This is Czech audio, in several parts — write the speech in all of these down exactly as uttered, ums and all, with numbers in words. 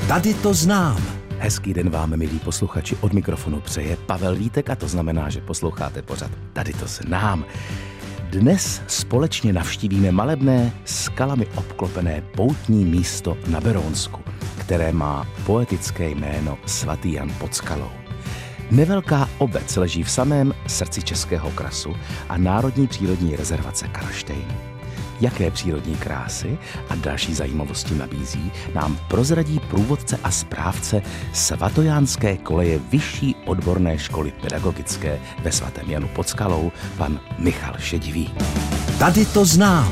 Tady to znám. Hezký den vám, milí posluchači, od mikrofonu přeje Pavel Vítek a to znamená, že posloucháte pořad Tady to znám. Dnes společně navštívíme malebné, skalami obklopené poutní místo na Berounsku, které má poetické jméno Svatý Jan pod Skalou. Nevelká obec leží v samém srdci Českého krasu a národní přírodní rezervace Karlštejn. Jaké přírodní krásy a další zajímavosti nabízí, nám prozradí průvodce a správce Svatojánské koleje Vyšší odborné školy pedagogické ve Svatém Janu pod Skalou, pan Michal Šedivý. Tady to znám.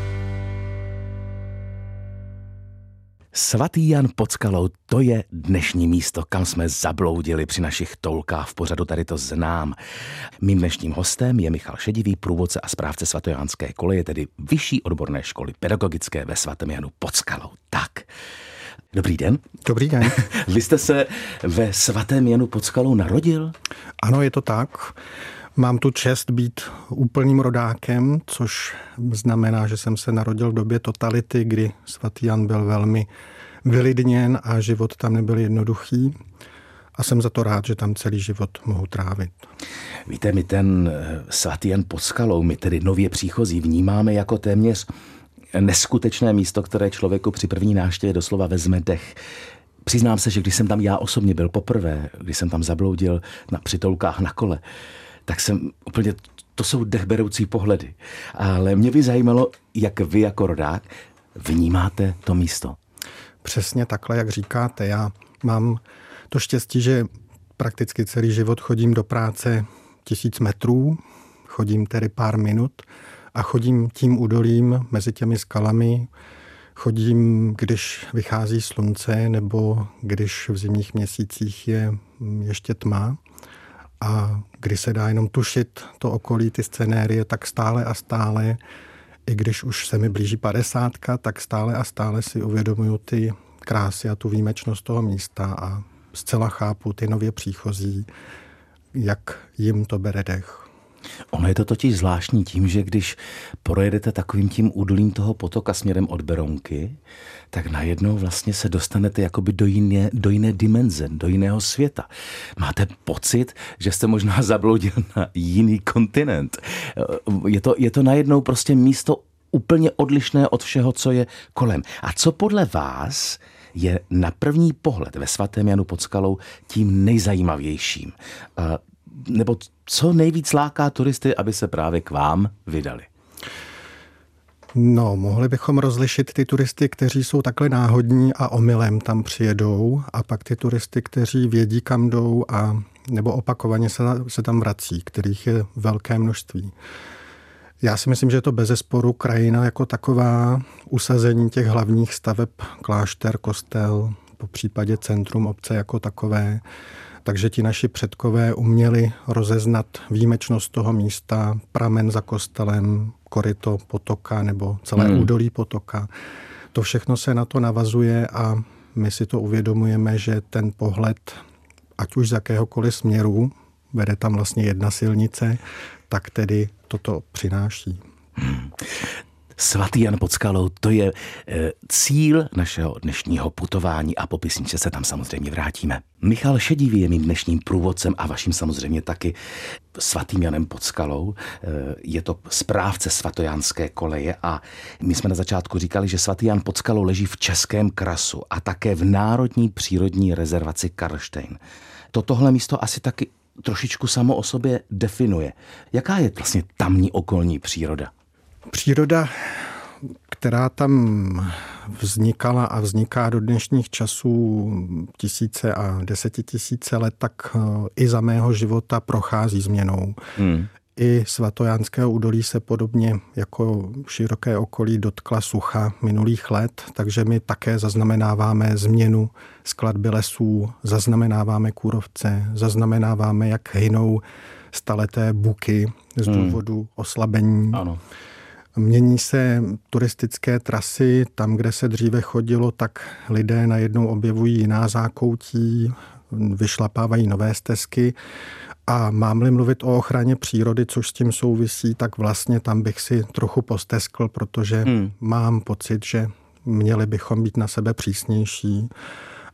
Svatý Jan pod Skalou, to je dnešní místo, kam jsme zabloudili při našich toulkách v pořadu Tady to znám. Mým dnešním hostem je Michal Šedivý, průvodce a správce Svatojánské koleje, tedy Vyšší odborné školy pedagogické ve Svatém Janu pod Skalou. Tak, dobrý den. Dobrý den. Vy jste se ve Svatém Janu pod Skalou narodil? Ano, je to tak. Mám tu čest být úplným rodákem, což znamená, že jsem se narodil v době totality, kdy svatý Jan byl velmi vylidněn a život tam nebyl jednoduchý. A jsem za to rád, že tam celý život mohu trávit. Víte, my ten Svatý Jan pod Skalou, my tedy nově příchozí, vnímáme jako téměř neskutečné místo, které člověku při první návštěvě doslova vezme dech. Přiznám se, že když jsem tam já osobně byl poprvé, když jsem tam zabloudil na přitoulkách na kole, tak jsem úplně, to jsou dechberoucí pohledy. Ale mě by zajímalo, jak vy jako rodák vnímáte to místo. Přesně takhle, jak říkáte. Já mám to štěstí, že prakticky celý život chodím do práce tisíc metrů, chodím tedy pár minut a chodím tím údolím mezi těmi skalami, chodím, když vychází slunce nebo když v zimních měsících je ještě tma. A když se dá jenom tušit to okolí, ty scenérie, tak stále a stále, i když už se mi blíží padesátka, tak stále a stále si uvědomuju ty krásy a tu výjimečnost toho místa a zcela chápu ty nově příchozí, jak jim to bere dech. Ono je to totiž zvláštní tím, že když projedete takovým tím údolím toho potoka směrem od Berounky, tak najednou vlastně se dostanete jakoby do jiné, do jiné dimenze, do jiného světa. Máte pocit, že jste možná zabloudil na jiný kontinent. Je to, je to najednou prostě místo úplně odlišné od všeho, co je kolem. A co podle vás je na první pohled ve Svatém Janu pod Skalou tím nejzajímavějším? Nebo co nejvíc láká turisty, aby se právě k vám vydali? No, mohli bychom rozlišit ty turisty, kteří jsou takhle náhodní a omylem tam přijedou, a pak ty turisty, kteří vědí, kam jdou a nebo opakovaně se, se tam vrací, kterých je velké množství. Já si myslím, že je to bezesporu krajina jako taková, usazení těch hlavních staveb, klášter, kostel, po případě centrum obce jako takové. Takže ti naši předkové uměli rozeznat výjimečnost toho místa, pramen za kostelem, koryto potoka nebo celé hmm. údolí potoka. To všechno se na to navazuje a my si to uvědomujeme, že ten pohled, ať už z jakéhokoliv směru, vede tam vlastně jedna silnice, tak tedy toto přináší. Hmm. Svatý Jan pod Skalou, to je e, cíl našeho dnešního putování a po písničce se tam samozřejmě vrátíme. Michal Šedivý je mým dnešním průvodcem a vaším samozřejmě taky Svatým Janem pod Skalou. E, je to správce Svatojánské koleje a my jsme na začátku říkali, že Svatý Jan pod Skalou leží v Českém krasu a také v národní přírodní rezervaci Karlštejn. To tohle místo asi taky trošičku samo o sobě definuje. Jaká je vlastně tamní okolní příroda? Příroda, která tam vznikala a vzniká do dnešních časů tisíce a desetitisíce let, tak i za mého života prochází změnou. Hmm. I Svatojánského údolí se podobně jako široké okolí dotkla sucha minulých let, takže my také zaznamenáváme změnu skladby lesů, zaznamenáváme kůrovce, zaznamenáváme, jak hynou staleté buky z důvodu hmm. oslabení. Ano. Mění se turistické trasy, tam, kde se dříve chodilo, tak lidé najednou objevují jiná zákoutí, vyšlapávají nové stezky. A mám-li mluvit o ochraně přírody, což s tím souvisí, tak vlastně tam bych si trochu posteskl, protože hmm. mám pocit, že měli bychom být na sebe přísnější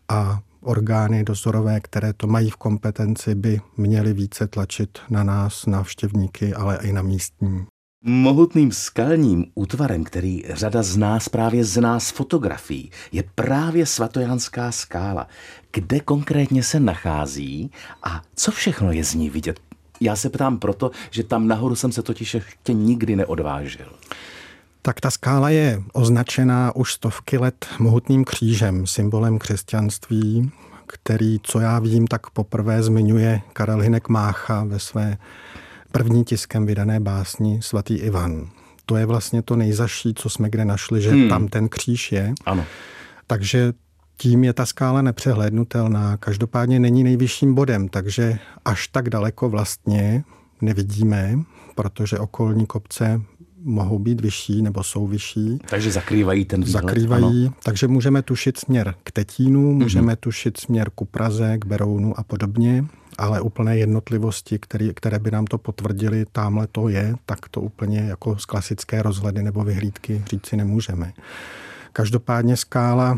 a orgány dozorové, které to mají v kompetenci, by měly více tlačit na nás, návštěvníky, ale i na místní. Mohutným skalním útvarem, který řada z nás právě zná z fotografií, je právě svatojanská skála. Kde konkrétně se nachází a co všechno je z ní vidět? Já se ptám proto, že tam nahoru jsem se totiž ještě nikdy neodvážil. Tak ta skála je označená už stovky let mohutným křížem, symbolem křesťanství, který, co já vím, tak poprvé zmiňuje Karel Hynek Mácha ve své první tiskem vydané básni Svatý Ivan. To je vlastně to nejzaší, co jsme kde našli, že hmm. tam ten kříž je. Ano. Takže tím je ta skála nepřehlédnutelná. Každopádně není nejvyšším bodem, takže až tak daleko vlastně nevidíme, protože okolní kopce mohou být vyšší nebo jsou vyšší. Takže zakrývají ten výhled. Zakrývají, ano. Takže můžeme tušit směr k Tetínu, můžeme mm-hmm. tušit směr ku Praze, k Berounu a podobně, ale úplné jednotlivosti, které, které by nám to potvrdily, tamhle to je, tak to úplně jako z klasické rozhledy nebo vyhlídky říci nemůžeme. Každopádně skála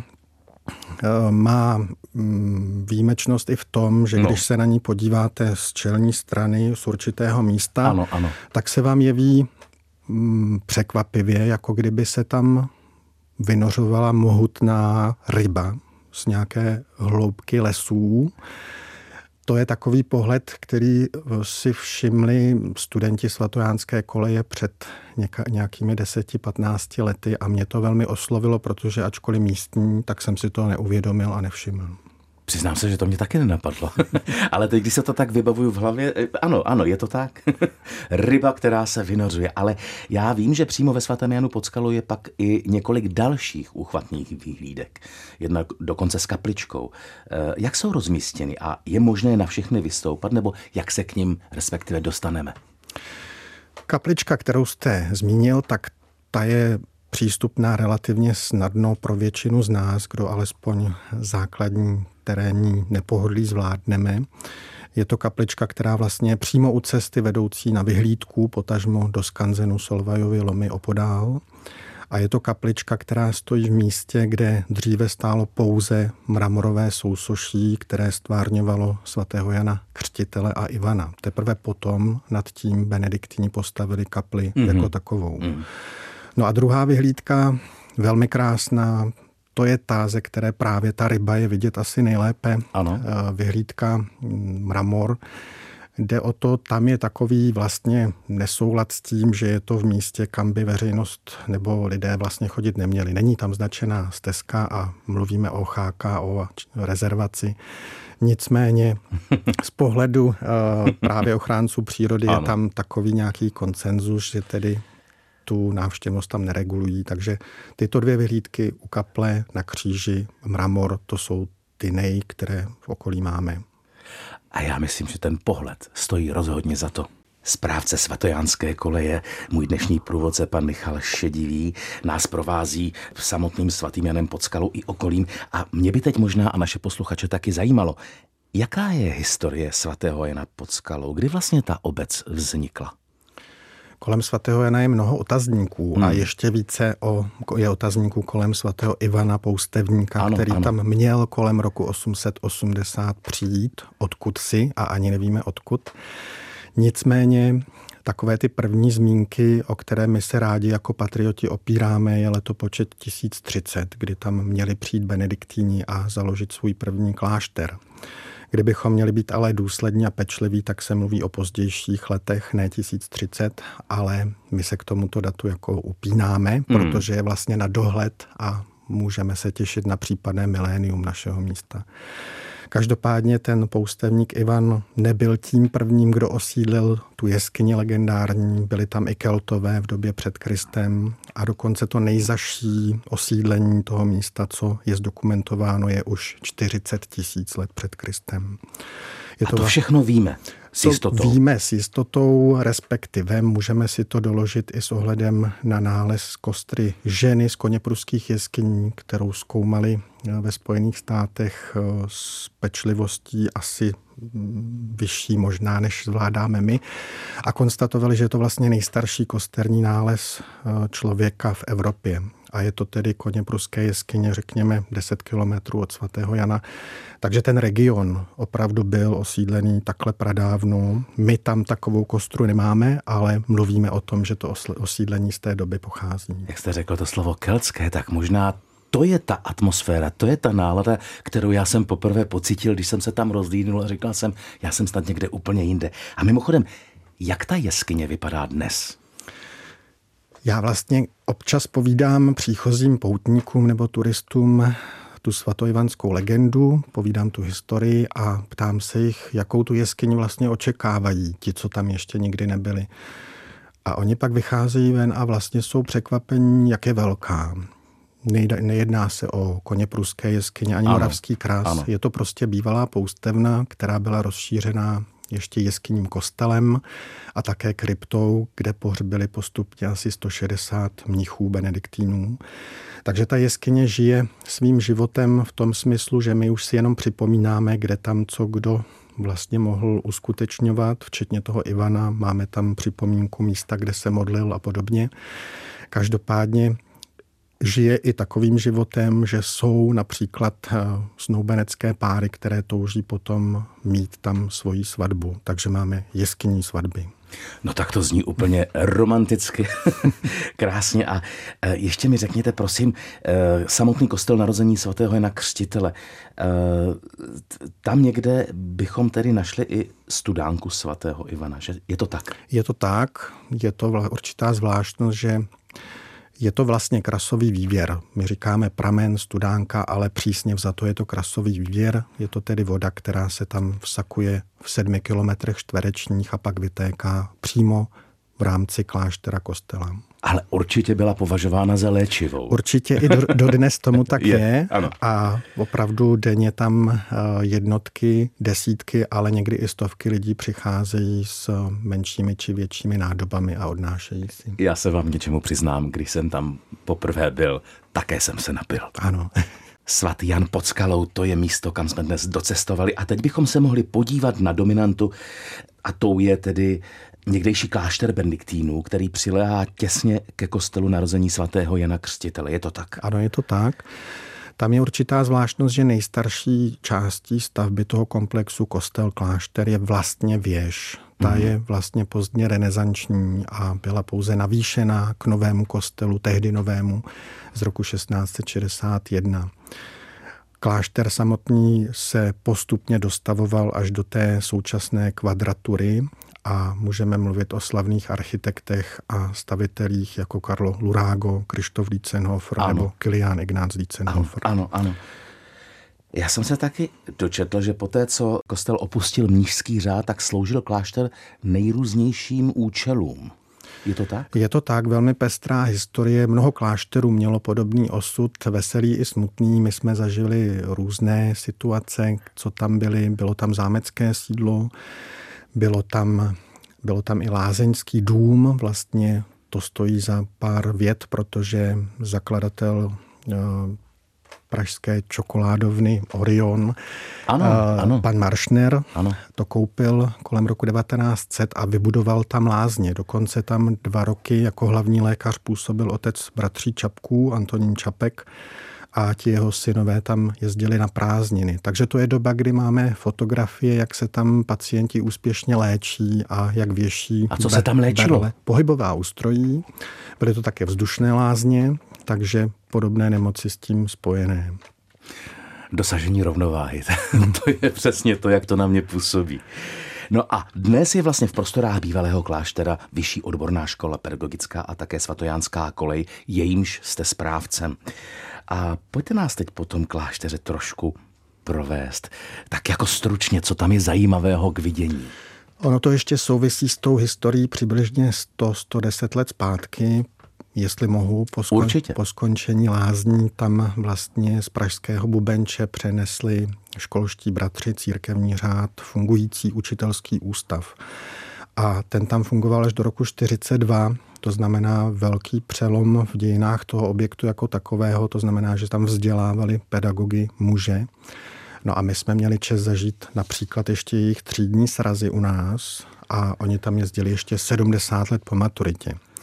má výjimečnost i v tom, že když no. se na ní podíváte z čelní strany, z určitého místa, ano, ano. tak se vám jeví překvapivě, jako kdyby se tam vynořovala mohutná ryba z nějaké hloubky lesů. To je takový pohled, který si všimli studenti Svatojánské koleje před nějakými deseti patnácti lety a mě to velmi oslovilo, protože ačkoliv místní, tak jsem si to neuvědomil a nevšiml. Přiznám se, že to mě taky nenapadlo. Ale teď, když se to tak vybavuju v hlavě, ano, ano, je to tak. Ryba, která se vynořuje. Ale já vím, že přímo ve Svatém Janu pod Skalou je pak i několik dalších úchvatných výhlídek. Jedna dokonce s kapličkou. Jak jsou rozmístěny a je možné na všechny vystoupat, nebo jak se k nim respektive dostaneme? Kaplička, kterou jste zmínil, tak ta je přístupná relativně snadno pro většinu z nás, kdo alespoň základní terénní nepohodlí zvládneme. Je to kaplička, která vlastně je přímo u cesty vedoucí na vyhlídku, potažmo do skanzenu Solvajovy lomy opodál. A je to kaplička, která stojí v místě, kde dříve stálo pouze mramorové sousoší, které stvárňovalo svatého Jana Křtitele a Ivana. Teprve potom nad tím benediktíni postavili kapli mm-hmm. jako takovou. Mm. No a druhá vyhlídka, velmi krásná, to je ta, ze které právě ta ryba je vidět asi nejlépe. Ano. Vyhlídka Mramor. Jde o to, tam je takový vlastně nesoulad s tím, že je to v místě, kam by veřejnost nebo lidé vlastně chodit neměli. Není tam značená stezka a mluvíme o H K O, rezervaci. Nicméně z pohledu právě ochránců přírody ano. je tam takový nějaký konsenzus, že tedy tu návštěvnost tam neregulují. Takže tyto dvě vyhlídky u kaple, na kříži, Mramor, to jsou ty nej, které v okolí máme. A já myslím, že ten pohled stojí rozhodně za to. Správce Svatojánské koleje, můj dnešní průvodce, pan Michal Šedivý, nás provází samotným Svatým Janem pod Skalou i okolím. A mě by teď možná a naše posluchače taky zajímalo, jaká je historie svatého Jana pod Skalou? Kdy vlastně ta obec vznikla? Kolem svatého Jana je mnoho otazníků hmm. a ještě více o, je otazníků kolem svatého Ivana Poustevníka, ano, který ano. tam měl kolem roku osm set osmdesát přijít, odkud si a ani nevíme odkud. Nicméně takové ty první zmínky, o které my se rádi jako patrioti opíráme, je letopočet tisíc třicet, kdy tam měli přijít benediktíni a založit svůj první klášter. Kdybychom měli být ale důslední a pečliví, tak se mluví o pozdějších letech, ne tisíc třicet, ale my se k tomuto datu jako upínáme, hmm. protože je vlastně na dohled a můžeme se těšit na případné milénium našeho místa. Každopádně ten poustevník Ivan nebyl tím prvním, kdo osídlil tu jeskyni legendární. Byli tam i Keltové v době před Kristem a dokonce to nejzaší osídlení toho místa, co je zdokumentováno, je už čtyřicet tisíc let před Kristem. Je a to, to všechno víme s jistotou? Víme s jistotou, respektive můžeme si to doložit i s ohledem na nález kostry ženy z koněpruských jeskyní, kterou zkoumali ve Spojených státech s pečlivostí asi vyšší možná, než zvládáme my. A konstatovali, že je to vlastně nejstarší kosterní nález člověka v Evropě. a je to tedy Koněpruské jeskyně, řekněme deset kilometrů od svatého Jana. Takže ten region opravdu byl osídlený takhle pradávno. My tam takovou kostru nemáme, ale mluvíme o tom, že to osídlení z té doby pochází. Jak jste řekl to slovo keltské, tak možná to je ta atmosféra, to je ta nálada, kterou já jsem poprvé pocítil, když jsem se tam rozlídnul a říkal jsem, já jsem snad někde úplně jinde. A mimochodem, jak ta jeskyně vypadá dnes? Já vlastně občas povídám příchozím poutníkům nebo turistům tu svatoivanskou legendu, povídám tu historii a ptám se jich, jakou tu jeskyni vlastně očekávají, ti, co tam ještě nikdy nebyli. A oni pak vycházejí ven a vlastně jsou překvapení, jak je velká. Nejde, nejedná se o Koněpruské jeskyně ani ano, Moravský Kras. Ano. Je to prostě bývalá poustevna, která byla rozšířená ještě jeskyním kostelem a také kryptou, kde pohřbili postupně asi sto šedesát mnichů benediktínů. Takže ta jeskyně žije svým životem v tom smyslu, že my už si jenom připomínáme, kde tam co kdo vlastně mohl uskutečňovat, včetně toho Ivana. Máme tam připomínku místa, kde se modlil a podobně. Každopádně žije i takovým životem, že jsou například snoubenecké páry, které touží potom mít tam svoji svatbu. Takže máme jeskyní svatby. No tak to zní úplně romanticky, krásně. A ještě mi řekněte, prosím, samotný kostel narození svatého Jana Křtitele. Tam někde bychom tedy našli i studánku svatého Ivana, že je to tak? Je to tak, je to určitá zvláštnost, že je to vlastně krasový vývěr. My říkáme pramen, studánka, ale přísně vzato je to krasový vývěr. Je to tedy voda, která se tam vsakuje v sedmi kilometrech čtverečních a pak vytéká přímo v rámci kláštera kostela. Ale určitě byla považována za léčivou. Určitě i do, dodnes tomu tak je, je a opravdu denně tam jednotky, desítky, ale někdy i stovky lidí přicházejí s menšími či většími nádobami a odnášejí si. Já se vám něčemu přiznám, když jsem tam poprvé byl, také jsem se napil. Ano. Svatý Jan pod Skalou, to je místo, kam jsme dnes docestovali a teď bychom se mohli podívat na dominantu a tou je tedy někdejší klášter benediktínů, který přiléhá těsně ke kostelu narození svatého Jana Křtitele. Je to tak? Ano, je to tak. Tam je určitá zvláštnost, že nejstarší částí stavby toho komplexu kostel klášter je vlastně věž. Ta mm. je vlastně pozdně renesanční a byla pouze navýšená k novému kostelu, tehdy novému, z roku šestnáct set šedesát jedna. Klášter samotný se postupně dostavoval až do té současné kvadratury a můžeme mluvit o slavných architektech a stavitelích jako Karlo Lurago, Krištof Dientzenhofer nebo Kilián Ignác Dientzenhofer. Ano, ano, ano. Já jsem se taky dočetl, že poté, co kostel opustil mnišský řád, tak sloužil klášter nejrůznějším účelům. Je to tak? Je to tak, velmi pestrá historie. Mnoho klášterů mělo podobný osud, veselý i smutný. My jsme zažili různé situace, co tam byly. Bylo tam zámecké sídlo, bylo tam, bylo tam i lázeňský dům. Vlastně to stojí za pár vět, protože zakladatel pražské čokoládovny Orion, ano, uh, ano. pan Maršner, ano. to koupil kolem roku devatenáct set a vybudoval tam lázně. Dokonce tam dva roky jako hlavní lékař působil otec bratří Čapků, Antonín Čapek, a ti jeho synové tam jezdili na prázdniny. Takže to je doba, kdy máme fotografie, jak se tam pacienti úspěšně léčí a jak věší. A co se tam léčilo? Berle. Pohybová ústrojí, byly to také vzdušné lázně, takže podobné nemoci s tím spojené. Dosažení rovnováhy, to je přesně to, jak to na mě působí. No a dnes je vlastně v prostorách bývalého kláštera Vyšší odborná škola pedagogická a také svatojánská kolej, jejímž jste správcem. A pojďte nás teď po tom klášteře trošku provést. Tak jako stručně, co tam je zajímavého k vidění. Ono to ještě souvisí s tou historií přibližně sto až sto deset let zpátky. Jestli mohu, po, skon- po skončení lázní tam vlastně z pražského Bubenče přenesli školští bratři, církevní řád, fungující učitelský ústav. A ten tam fungoval až do roku čtyřicet dva, to znamená velký přelom v dějinách toho objektu jako takového, to znamená, že tam vzdělávali pedagogy muže. No a my jsme měli čest zažít například ještě jejich třídní srazy u nás a oni tam jezdili ještě sedmdesát let po maturitě.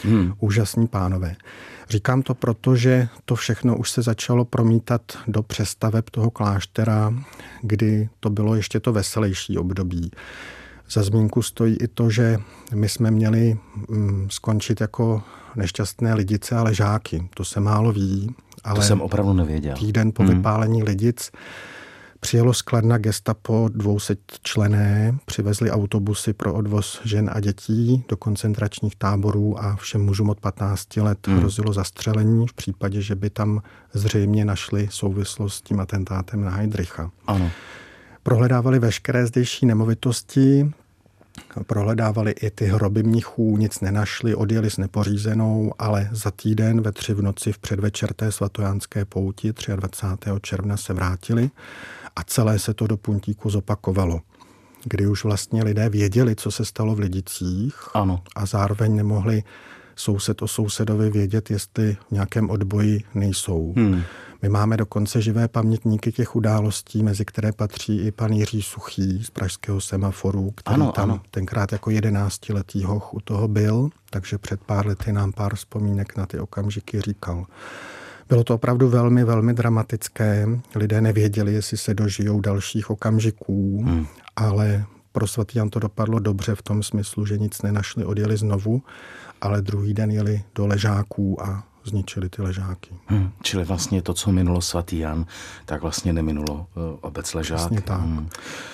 Hmm. Úžasní pánové. Říkám to proto, že to všechno už se začalo promítat do přestaveb toho kláštera, kdy to bylo ještě to veselější období. Za zmínku stojí i to, že my jsme měli mm, skončit jako nešťastné Lidice a Ležáky. To se málo ví. Ale to jsem opravdu nevěděl. Týden po hmm. vypálení Lidic přijelo z Kladna gestapo dvousetčlenné, přivezli autobusy pro odvoz žen a dětí do koncentračních táborů a všem mužům od patnácti let hmm. hrozilo zastřelení v případě, že by tam zřejmě našli souvislost s tím atentátem na Heydricha. Ano. Prohledávali veškeré zdejší nemovitosti, prohledávali i ty hroby mnichů, nic nenašli, odjeli s nepořízenou, ale za týden ve tři v noci v předvečer té svatojánské pouti dvacátého třetího června se vrátili a celé se to do puntíku zopakovalo. Kdy už vlastně lidé věděli, co se stalo v Lidicích. Ano. A zároveň nemohli soused o sousedovi vědět, jestli v nějakém odboji nejsou. Hmm. My máme dokonce živé pamětníky těch událostí, mezi které patří i pan Jiří Suchý z pražského Semaforu, který ano, tam ano. tenkrát jako jedenáctiletý hoch u toho byl, takže před pár lety nám pár vzpomínek na ty okamžiky říkal. Bylo to opravdu velmi, velmi dramatické. Lidé nevěděli, jestli se dožijou dalších okamžiků, hmm. ale pro svatý Jan to dopadlo dobře v tom smyslu, že nic nenašli, odjeli znovu, ale druhý den jeli do Ležáků a zničili ty Ležáky. Hmm, čili vlastně to, co minulo svatý Jan, tak vlastně neminulo uh, obec Ležák. Vlastně tak. Hmm.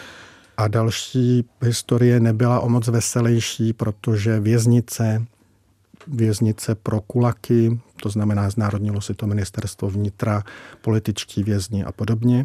A další historie nebyla o moc veselější, protože věznice, věznice pro kulaky, to znamená znárodnilo si to ministerstvo vnitra, političtí vězni a podobně.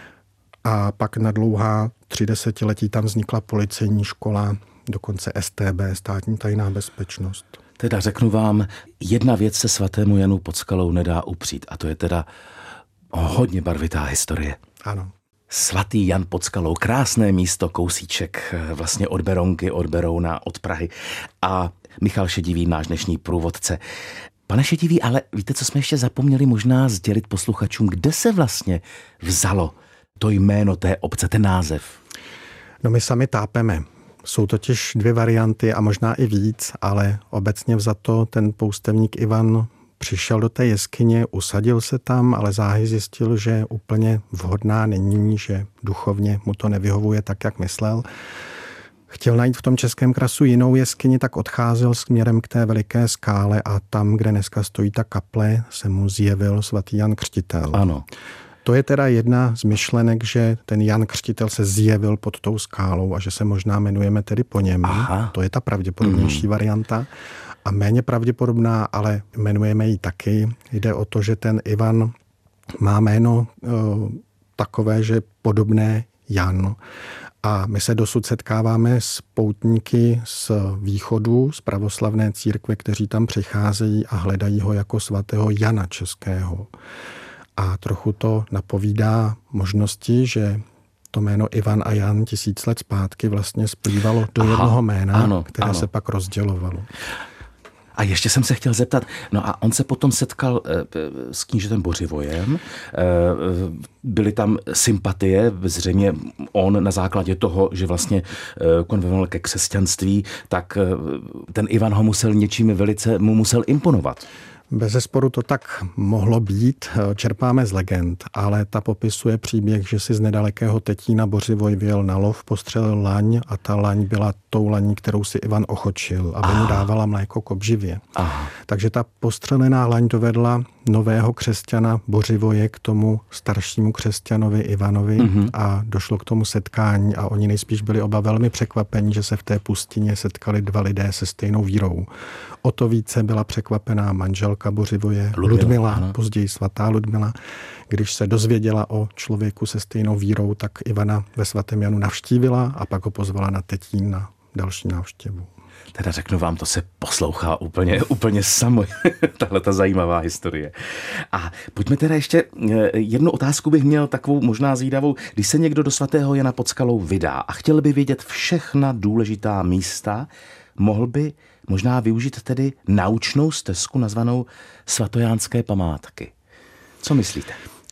A pak na dlouhá tři desetiletí tam vznikla policejní škola, dokonce S T B, státní tajná bezpečnost. Teda řeknu vám, jedna věc se svatému Janu pod Skalou nedá upřít a to je teda hodně barvitá historie. Ano. Svatý Jan pod Skalou, krásné místo, kousíček vlastně od Berounky, od Berouna, od Prahy a Michal Šedivý, náš dnešní průvodce. Pane Šedivý, ale víte, co jsme ještě zapomněli možná sdělit posluchačům, kde se vlastně vzalo to jméno té obce, ten název? No my sami tápeme. Jsou totiž dvě varianty a možná i víc, ale obecně vzato ten poustevník Ivan přišel do té jeskyně, usadil se tam, ale záhy zjistil, že úplně vhodná není, že duchovně mu to nevyhovuje tak, jak myslel. Chtěl najít v tom Českém krasu jinou jeskyni, tak odcházel směrem k té veliké skále a tam, kde dneska stojí ta kaple, se mu zjevil svatý Jan Křtitel. Ano. To je teda jedna z myšlenek, že ten Jan Křtitel se zjevil pod tou skálou a že se možná jmenujeme tedy po něm. Aha. To je ta pravděpodobnější mm. varianta. A méně pravděpodobná, ale jmenujeme ji taky. Jde o to, že ten Ivan má jméno e, takové, že podobné Jan. A my se dosud setkáváme s poutníky z východu, z pravoslavné církve, kteří tam přicházejí a hledají ho jako svatého Jana Českého. A trochu to napovídá možnosti, že to jméno Ivan a Jan tisíc let zpátky vlastně splývalo do Aha, jednoho jména, ano, které ano. se pak rozdělovalo. A ještě jsem se chtěl zeptat, no a on se potom setkal e, s knížetem Bořivojem, e, byly tam sympatie, zřejmě on na základě toho, že vlastně e, konvertoval ke křesťanství, tak e, ten Ivan ho musel něčím velice, mu musel imponovat. Bezesporu to tak mohlo být, čerpáme z legend, ale ta popisuje příběh, že si z nedalekého Tetína Bořivoj vyjel na lov, postřelil laň a ta laň byla tou laní, kterou si Ivan ochočil, aby Aha. mu dávala mléko k obživě. Aha. Takže ta postřelená laň dovedla nového křesťana Bořivoje k tomu staršímu křesťanovi Ivanovi mm-hmm. a došlo k tomu setkání a oni nejspíš byli oba velmi překvapení, že se v té pustině setkali dva lidé se stejnou vírou. O to více byla překvapená manželka Bořivoje Ludmila, Ludmila později svatá Ludmila. Když se dozvěděla o člověku se stejnou vírou, tak Ivana ve svatém Janu navštívila a pak ho pozvala na Tetín na další návštěvu. Teda řeknu vám, to se poslouchá úplně, úplně samo, tahle ta zajímavá historie. A pojďme teda ještě, jednu otázku bych měl takovou možná zvídavou. Když se někdo do svatého Jana pod Skalou vydá a chtěl by vědět všechna důležitá místa, mohl by možná využít tedy naučnou stezku nazvanou Svatojánské památky. Co myslíte?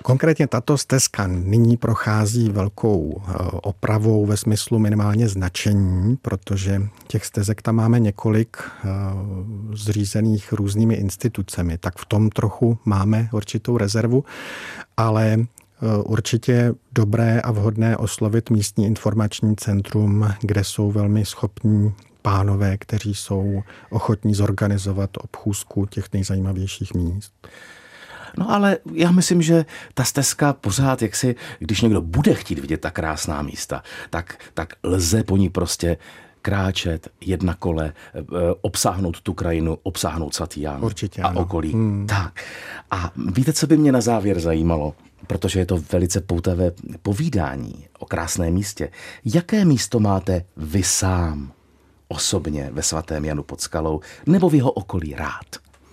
Konkrétně tato stezka nyní prochází velkou opravou ve smyslu minimálně značení, protože těch stezek tam máme několik zřízených různými institucemi. Tak v tom trochu máme určitou rezervu, ale určitě dobré a vhodné oslovit místní informační centrum, kde jsou velmi schopní pánové, kteří jsou ochotní zorganizovat obchůzku těch nejzajímavějších míst. No ale já myslím, že ta stezka pořád, jak si, když někdo bude chtít vidět ta krásná místa, tak, tak lze po ní prostě kráčet, jet na kole, obsáhnout tu krajinu, obsáhnout Svatý Jan Určitě, a ano. okolí. Hmm. Tak. A víte, co by mě na závěr zajímalo? Protože je to velice poutavé povídání o krásném místě. Jaké místo máte vy sám osobně ve Svatém Janu pod Skalou nebo v jeho okolí rád?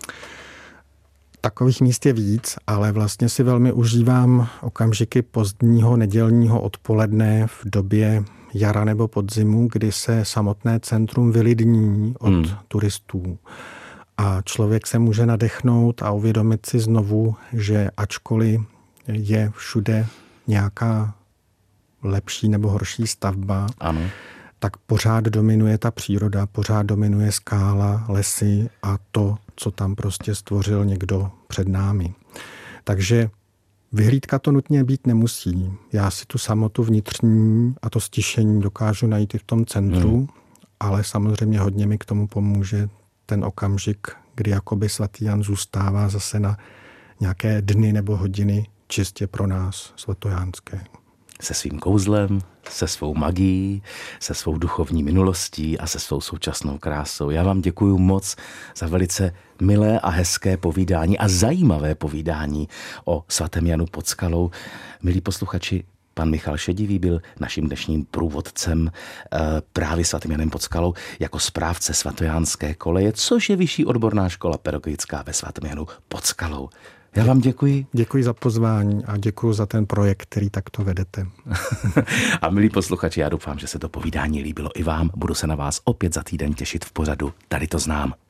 Takových míst je víc, ale vlastně si velmi užívám okamžiky pozdního nedělního odpoledne v době jara nebo podzimu, kdy se samotné centrum vylidní od hmm. turistů. A člověk se může nadechnout a uvědomit si znovu, že ačkoliv je všude nějaká lepší nebo horší stavba, ano. tak pořád dominuje ta příroda, pořád dominuje skála, lesy a to, co tam prostě stvořil někdo před námi. Takže vyhlídka to nutně být nemusí. Já si tu samotu vnitřní a to stišení dokážu najít i v tom centru, hmm. ale samozřejmě hodně mi k tomu pomůže ten okamžik, kdy jakoby svatý Jan zůstává zase na nějaké dny nebo hodiny čistě pro nás svatojánské. Se svým kouzlem, se svou magií, se svou duchovní minulostí a se svou současnou krásou. Já vám děkuju moc za velice milé a hezké povídání a zajímavé povídání o svatém Janu pod Skalou. Milí posluchači, pan Michal Šedivý byl naším dnešním průvodcem právě svatým Janem pod Skalou jako správce svatojánské koleje, což je vyšší odborná škola pedagogická ve svatém Janu pod Skalou. Já vám děkuji. Děkuji za pozvání a děkuji za ten projekt, který takto vedete. A milí posluchači, já doufám, že se to povídání líbilo i vám. Budu se na vás opět za týden těšit v pořadu Tady to znám.